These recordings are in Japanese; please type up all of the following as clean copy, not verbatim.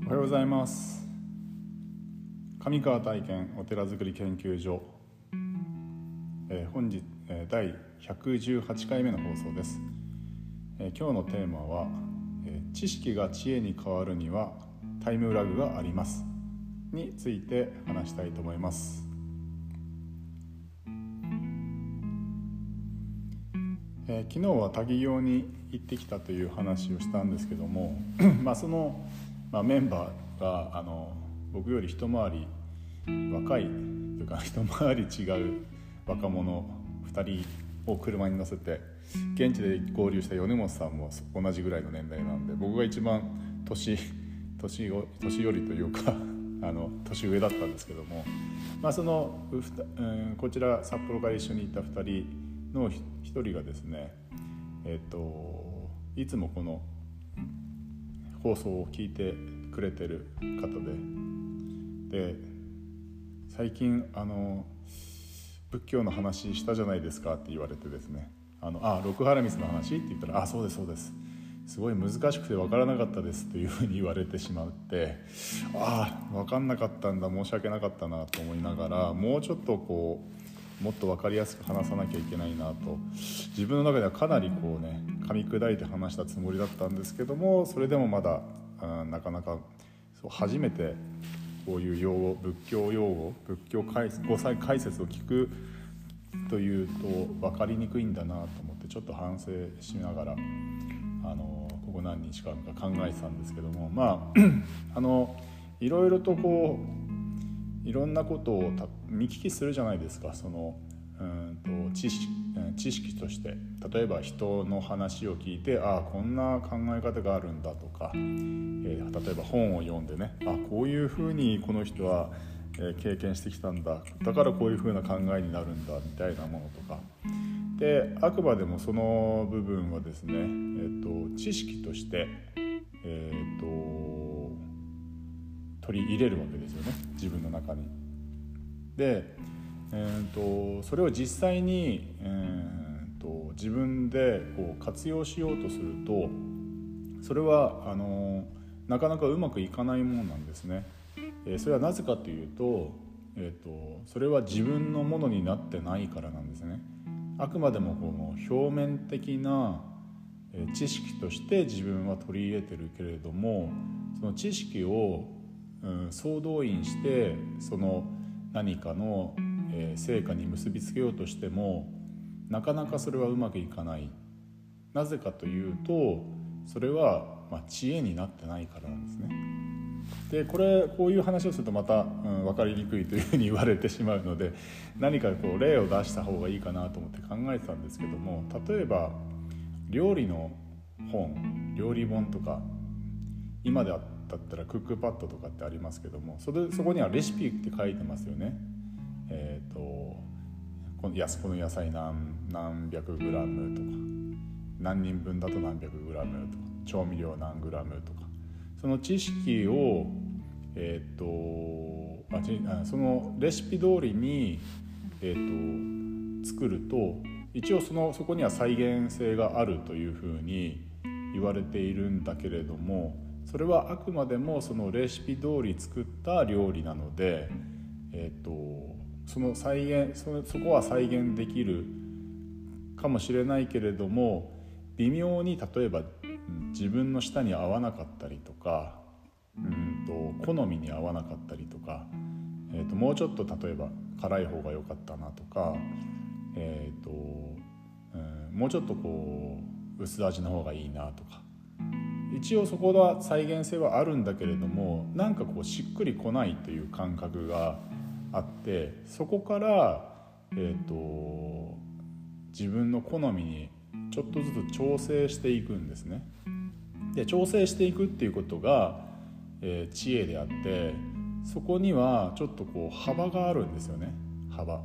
おはようございます。上川体験お寺づくり研究所、本日、第118回目の放送です。今日のテーマは、知識が知恵に変わるにはタイムラグがありますについて話したいと思います。昨日は多岐業に行ってきたという話をしたんですけどもその、メンバーが僕より一回り若いというか一回り違う若者2人を車に乗せて、現地で合流した米本さんも同じぐらいの年代なんで、僕が一番年寄りというか年上だったんですけども、そのこちら札幌から一緒に行った2人の1人がですね、いつもこの放送を聞いてくれてる方で、最近仏教の話したじゃないですかって言われてですね、六波羅蜜の話って言ったら、そうですそうです、すごい難しくて分からなかったですというふうに言われてしまって、分かんなかったんだ、申し訳なかったなと思いながら、もうちょっともっと分かりやすく話さなきゃいけないなと、自分の中ではかなり噛み砕いて話したつもりだったんですけども、それでもまだなかなか初めてこういう用語、仏教用語、仏教五歳解説を聞くというと分かりにくいんだなと思って、ちょっと反省しながらここ何日間か考えてたんですけども、いろいろといろんなことを見聞きするじゃないですか。知識として、例えば人の話を聞いて、こんな考え方があるんだとか、例えば本を読んでね、こういうふうにこの人は経験してきたんだ、だからこういうふうな考えになるんだみたいなものとかで、あくまでもその部分はですね、知識として、取り入れるわけですよね、自分の中に。で、それを実際に、自分で活用しようとすると、それはなかなかうまくいかないものなんですね。それはなぜかというと、それは自分のものになってないからなんですね。あくまでも表面的な知識として自分は取り入れてるけれども、その知識を総動員してその何かの成果に結びつけようとしても、なかなかそれはうまくいかない。なぜかというと、それは知恵になってないからなんですね。でこういう話をするとまた、分かりにくいというふうに言われてしまうので、何か例を出した方がいいかなと思って考えてたんですけども、例えば料理の本、料理本とか、今だったらクックパッドとかってありますけども、そこにはレシピって書いてますよね。この野菜何百グラムとか、何人分だと何百グラムとか、調味料何グラムとか、その知識を、そのレシピ通りに、作ると、一応そこには再現性があるというふうに言われているんだけれども、それはあくまでもそのレシピ通り作った料理なので、そこは再現できるかもしれないけれども、微妙に例えば自分の舌に合わなかったりとか、好みに合わなかったりとか、もうちょっと例えば辛い方が良かったなとか、もうちょっと薄味の方がいいなとか、一応そこは再現性はあるんだけれども、なんかしっくりこないという感覚があって、そこから、自分の好みにちょっとずつ調整していくんですね。で調整していくっていうことが、知恵であって、そこにはちょっと幅があるんですよね。幅。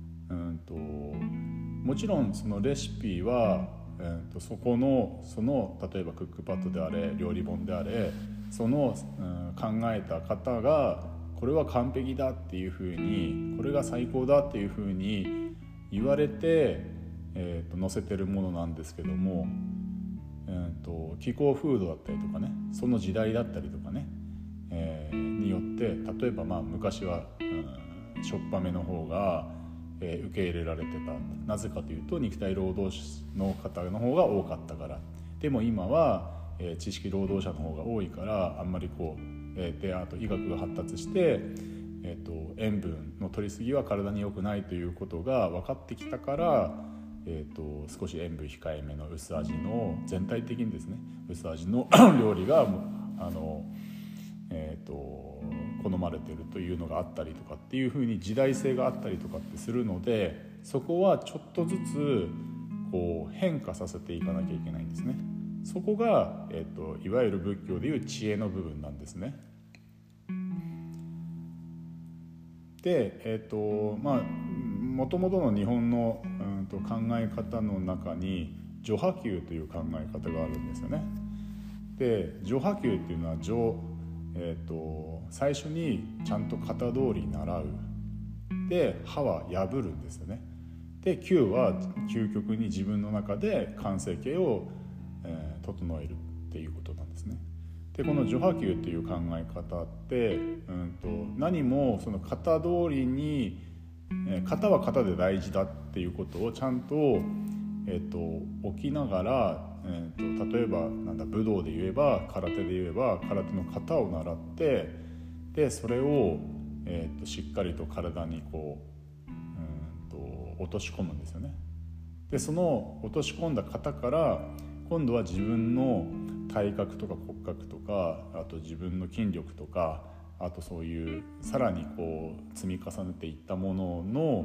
もちろんそのレシピは、その例えばクックパッドであれ、料理本であれ、その、考えた方がこれは完璧だっていうふうに、これが最高だっていうふうに言われて、載せてるものなんですけども、気候風土だったりとかね、その時代だったりとかね、 って例えば昔は、しょっぱめの方が、受け入れられてた。なぜかというと肉体労働の方の方が多かったから。でも今は、知識労働者の方が多いからあんまりであと医学が発達して、塩分の摂りすぎは体に良くないということが分かってきたから、少し塩分控えめの薄味の全体的にですね薄味の料理が好まれているというのがあったりとかっていうふうに時代性があったりとかってするので、そこはちょっとずつ変化させていかなきゃいけないんですね。そこが、いわゆる仏教でいう知恵の部分なんですね。で、もともとの日本の、考え方の中に序波球という考え方があるんですよね。で序波球っていうのは最初にちゃんと型通り習う。で歯は破るんですよね。で球は究極に自分の中で完成形を、整えるっていうことなんですね。でこの序波球っていう考え方って、何もその型通りに、型は型で大事だっていうことをちゃんと、置きながら、例えば武道で言えば空手で言えば空手の型を習って、でそれを、しっかりと体に落とし込むんですよね。でその落とし込んだ型から今度は自分の体格とか骨格とかあと自分の筋力とかあとそういうさらに積み重ねていったものの、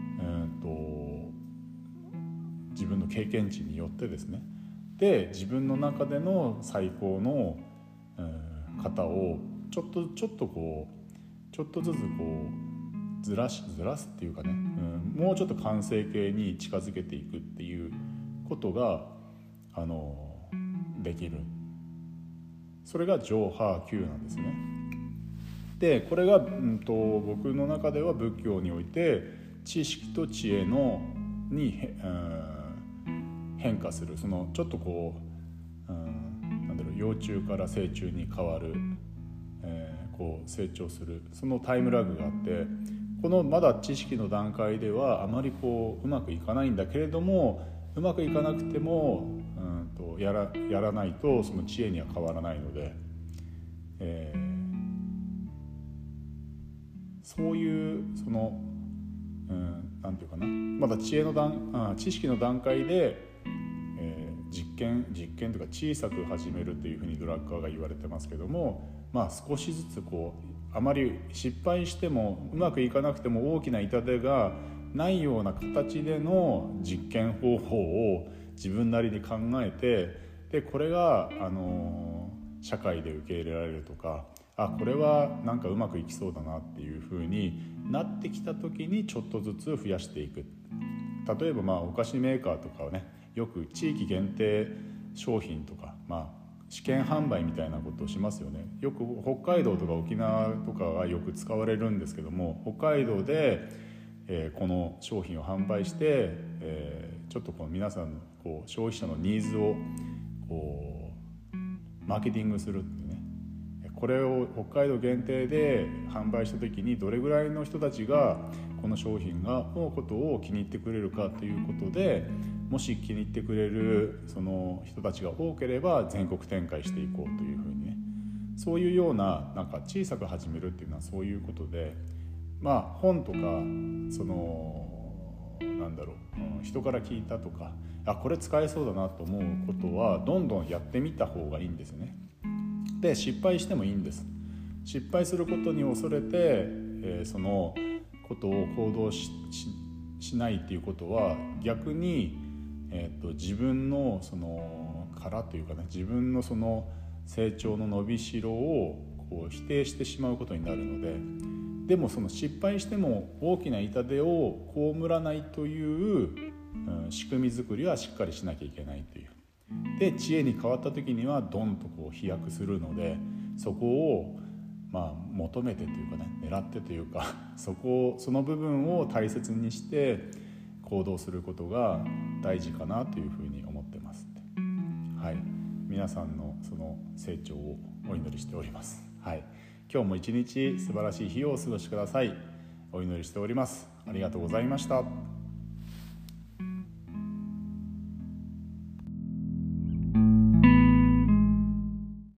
自分の経験値によってですね、で自分の中での最高の、型をちょっとずつずらすっていうかね、もうちょっと完成形に近づけていくっていうことができる。それが上波球なんですね。でこれが、僕の中では仏教において知識と知恵に変化する、そのちょっと幼虫から成虫に変わる、成長するそのタイムラグがあって、このまだ知識の段階ではあまりうまくいかないんだけれども、うまくいかなくても、やらないとその知恵には変わらないので、そういうなんていうかな、まだ知識の段階で、実験というか小さく始めるというふうにドラッカーが言われてますけども、少しずつあまり失敗してもうまくいかなくても大きな痛手がないような形での実験方法を自分なりに考えて、でこれが社会で受け入れられるとか、これはなんかうまくいきそうだなっていう風になってきた時にちょっとずつ増やしていく。例えばお菓子メーカーとかはね、よく地域限定商品とか、試験販売みたいなことをしますよね。よく北海道とか沖縄とかがよく使われるんですけども、北海道で、この商品を販売して、ちょっと皆さんの消費者のニーズをマーケティングするっていうね。これを北海道限定で販売した時にどれぐらいの人たちがこの商品のことを気に入ってくれるかということで、もし気に入ってくれるその人たちが多ければ全国展開していこうというふうにね、そういうような小さく始めるっていうのはそういうことで、本とか人から聞いたとか、これ使えそうだなと思うことはどんどんやってみた方がいいんですよね。で失敗してもいいんです。失敗することに恐れて、そのことを行動 しないっていうことは逆に、自分のその殻というかね、自分のその成長の伸びしろを否定してしまうことになるので、でもその失敗しても大きな痛手を被らないという、仕組み作りはしっかりしなきゃいけないという。で知恵に変わった時にはドンと飛躍するので、そこを求めてというかね、狙ってというかその部分を大切にして行動することが大事かなというふうに思ってます。はい、皆さんのその成長をお祈りしております。はい、 今日も一日素晴らしい日をお過ごしください。お祈りしております。ありがとうございました。